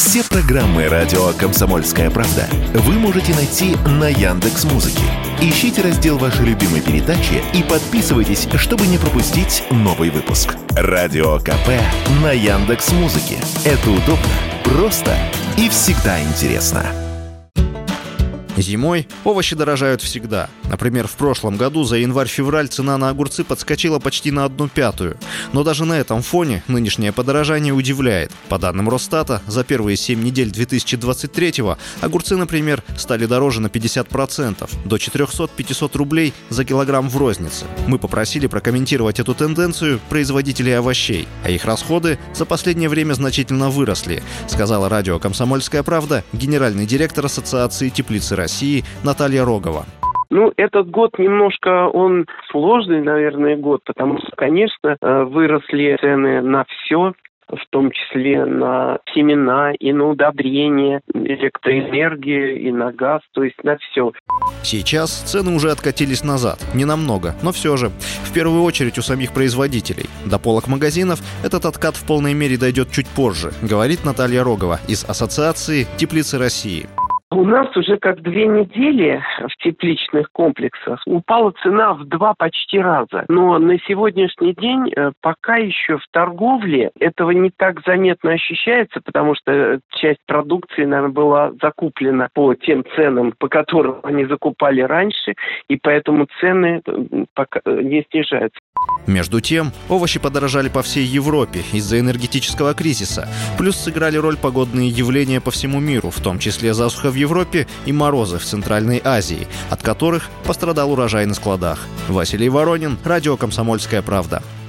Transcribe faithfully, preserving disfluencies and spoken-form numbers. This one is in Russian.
Все программы радио «Комсомольская правда» вы можете найти на Яндекс.Музыке. Ищите раздел вашей любимой передачи и подписывайтесь, чтобы не пропустить новый выпуск. Радио КП на Яндекс.Музыке. Это удобно, просто и всегда интересно. Зимой овощи дорожают всегда. Например, в прошлом году за январь-февраль цена на огурцы подскочила почти на одну пятую. Но даже на этом фоне нынешнее подорожание удивляет. По данным Росстата, за первые семь недель две тысячи двадцать третьего огурцы, например, стали дороже на пятьдесят процентов, до четыреста-пятьсот рублей за килограмм в рознице. Мы попросили прокомментировать эту тенденцию производителей овощей, а их расходы за последнее время значительно выросли, сказала радио «Комсомольская правда» генеральный директор Ассоциации теплицы России Наталья Рогова. Ну, этот год немножко, он сложный, наверное, год, потому что, конечно, выросли цены на все, в том числе на семена и на удобрения, электроэнергию и на газ, то есть на все. Сейчас цены уже откатились назад, не намного, но все же. В первую очередь у самих производителей. До полок магазинов этот откат в полной мере дойдет чуть позже, говорит Наталья Рогова из Ассоциации теплицы России. У нас уже как две недели в тепличных комплексах упала цена в два почти раза. Но на сегодняшний день пока еще в торговле этого не так заметно ощущается, потому что часть продукции, наверное, была закуплена по тем ценам, по которым они закупали раньше, и поэтому цены пока не снижаются. Между тем, овощи подорожали по всей Европе из-за энергетического кризиса. Плюс сыграли роль погодные явления по всему миру, в том числе засуха в Европе и морозы в Центральной Азии, от которых пострадал урожай на складах. Василий Воронин, радио «Комсомольская правда».